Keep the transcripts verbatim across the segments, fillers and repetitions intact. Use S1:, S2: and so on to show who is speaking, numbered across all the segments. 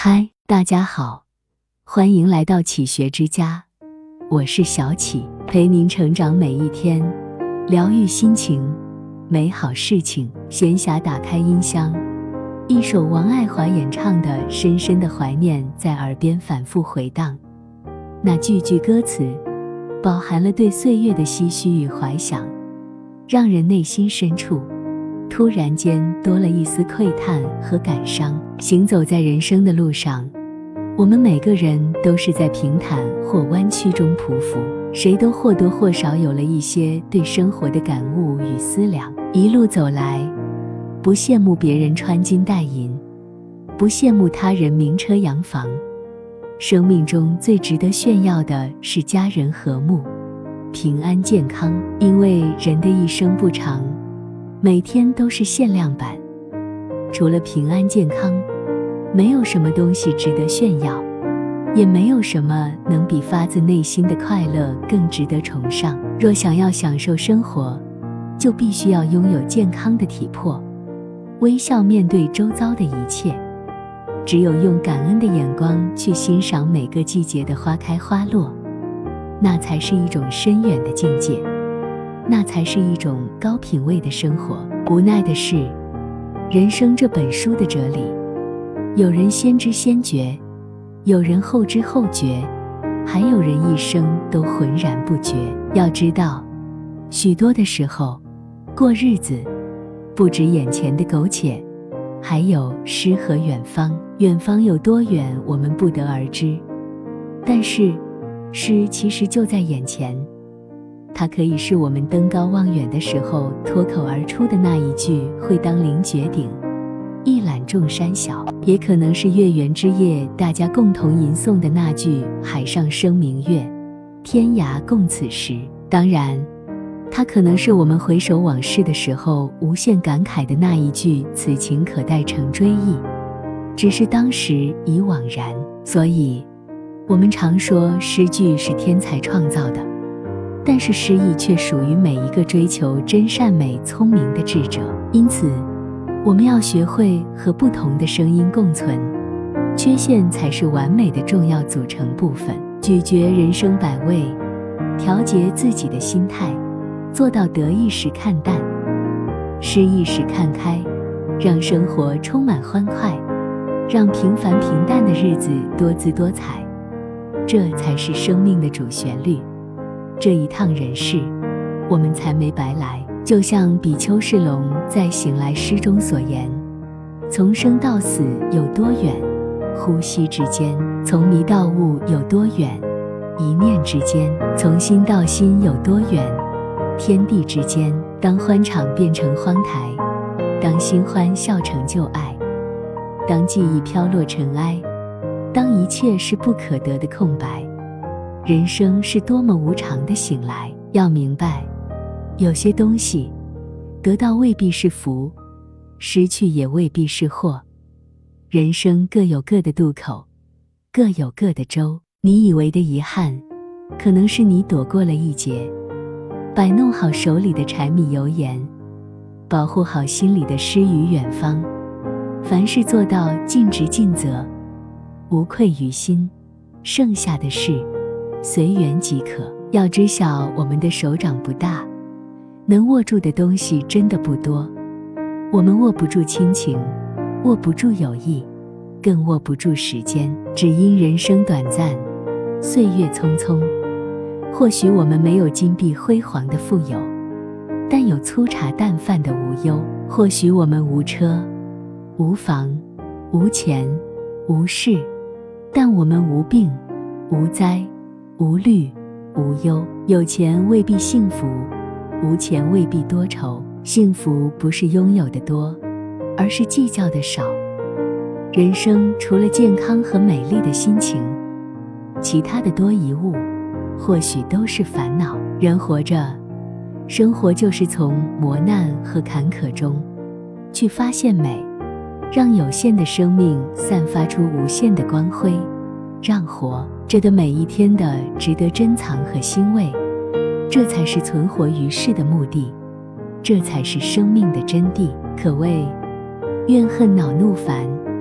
S1: 嗨，大家好，欢迎来到启学之家，我是小启，陪您成长每一天，疗愈心情，美好事情。闲暇打开音箱，一首王爱华演唱的《深深的怀念》在耳边反复回荡，那句句歌词饱含了对岁月的唏嘘与怀想，让人内心深处突然间多了一丝喟叹和感伤。行走在人生的路上，我们每个人都是在平坦或弯曲中匍匐，谁都或多或少有了一些对生活的感悟与思量。一路走来，不羡慕别人穿金戴银，不羡慕他人名车洋房，生命中最值得炫耀的是家人和睦、平安健康。因为人的一生不长，每天都是限量版，除了平安健康，没有什么东西值得炫耀，也没有什么能比发自内心的快乐更值得崇尚。若想要享受生活，就必须要拥有健康的体魄，微笑面对周遭的一切。只有用感恩的眼光去欣赏每个季节的花开花落，那才是一种深远的境界，那才是一种高品位的生活。无奈的是，人生这本书的哲理，有人先知先觉，有人后知后觉，还有人一生都浑然不觉。要知道，许多的时候，过日子不止眼前的苟且，还有诗和远方。远方有多远，我们不得而知，但是诗其实就在眼前，它可以是我们登高望远的时候脱口而出的那一句会当凌绝顶，一览众山小，也可能是月圆之夜大家共同吟诵的那句海上生明月，天涯共此时。当然，它可能是我们回首往事的时候无限感慨的那一句此情可待成追忆，只是当时已惘然。所以我们常说诗句是天才创造的，但是诗意却属于每一个追求真善美聪明的智者。因此我们要学会和不同的声音共存，缺陷才是完美的重要组成部分。咀嚼人生百味，调节自己的心态，做到得意时看淡，失意时看开，让生活充满欢快，让平凡平淡的日子多姿多彩，这才是生命的主旋律。这一趟人世，我们才没白来。就像比丘释龙在《醒来》诗中所言，从生到死有多远，呼吸之间；从迷到悟有多远，一念之间；从心到心有多远，天地之间。当欢场变成荒台，当新欢笑成旧爱，当记忆飘落尘埃，当一切是不可得的空白，人生是多么无常的醒来。要明白，有些东西得到未必是福，失去也未必是祸。人生各有各的渡口，各有各的舟。你以为的遗憾，可能是你躲过了一劫。摆弄好手里的柴米油盐，保护好心里的诗与远方。凡事做到尽职尽责，无愧于心，剩下的事随缘即可。要知晓，我们的手掌不大，能握住的东西真的不多。我们握不住亲情，握不住友谊，更握不住时间。只因人生短暂，岁月匆匆，或许我们没有金碧辉煌的富有，但有粗茶淡饭的无忧。或许我们无车无房无钱无势，但我们无病无灾无虑无忧。有钱未必幸福，无钱未必多愁。幸福不是拥有的多，而是计较的少。人生除了健康和美丽的心情，其他的多一物或许都是烦恼。人活着，生活就是从磨难和坎坷中去发现美，让有限的生命散发出无限的光辉，让活着的每一天的值得珍藏和欣慰。这才是存活于世的目的，这才是生命的真谛。可谓怨恨恼怒烦，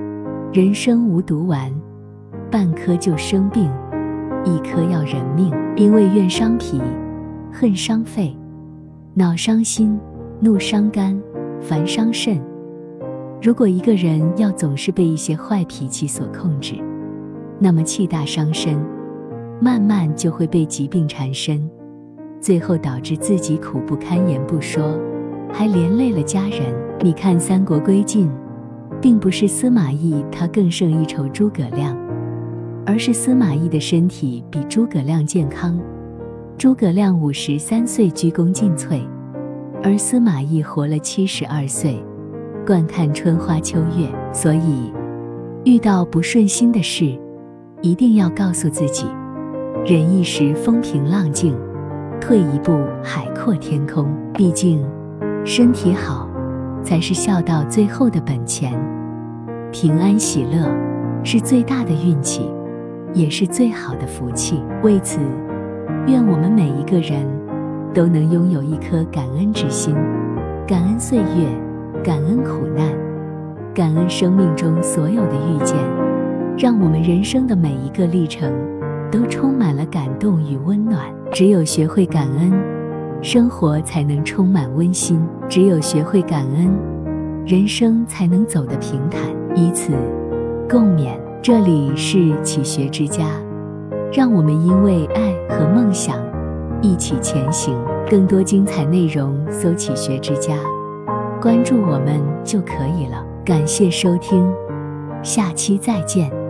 S1: 人生无读完，半颗就生病，一颗要人命。因为怨伤脾，恨伤肺，恼伤心，怒伤肝，烦伤肾。如果一个人要总是被一些坏脾气所控制，那么气大伤身，慢慢就会被疾病缠身，最后导致自己苦不堪言不说，还连累了家人。你看三国归晋，并不是司马懿他更胜一筹诸葛亮，而是司马懿的身体比诸葛亮健康。诸葛亮五十三岁鞠躬尽瘁，而司马懿活了七十二岁，惯看春花秋月。所以遇到不顺心的事，一定要告诉自己，忍一时风平浪静，退一步海阔天空。毕竟身体好才是笑到最后的本钱，平安喜乐是最大的运气，也是最好的福气。为此，愿我们每一个人都能拥有一颗感恩之心，感恩岁月，感恩苦难，感恩生命中所有的遇见，让我们人生的每一个历程都充满了感动与温暖。只有学会感恩，生活才能充满温馨；只有学会感恩，人生才能走得平坦。以此共勉。这里是启学之家，让我们因为爱和梦想一起前行。更多精彩内容搜启学之家，关注我们就可以了。感谢收听，下期再见。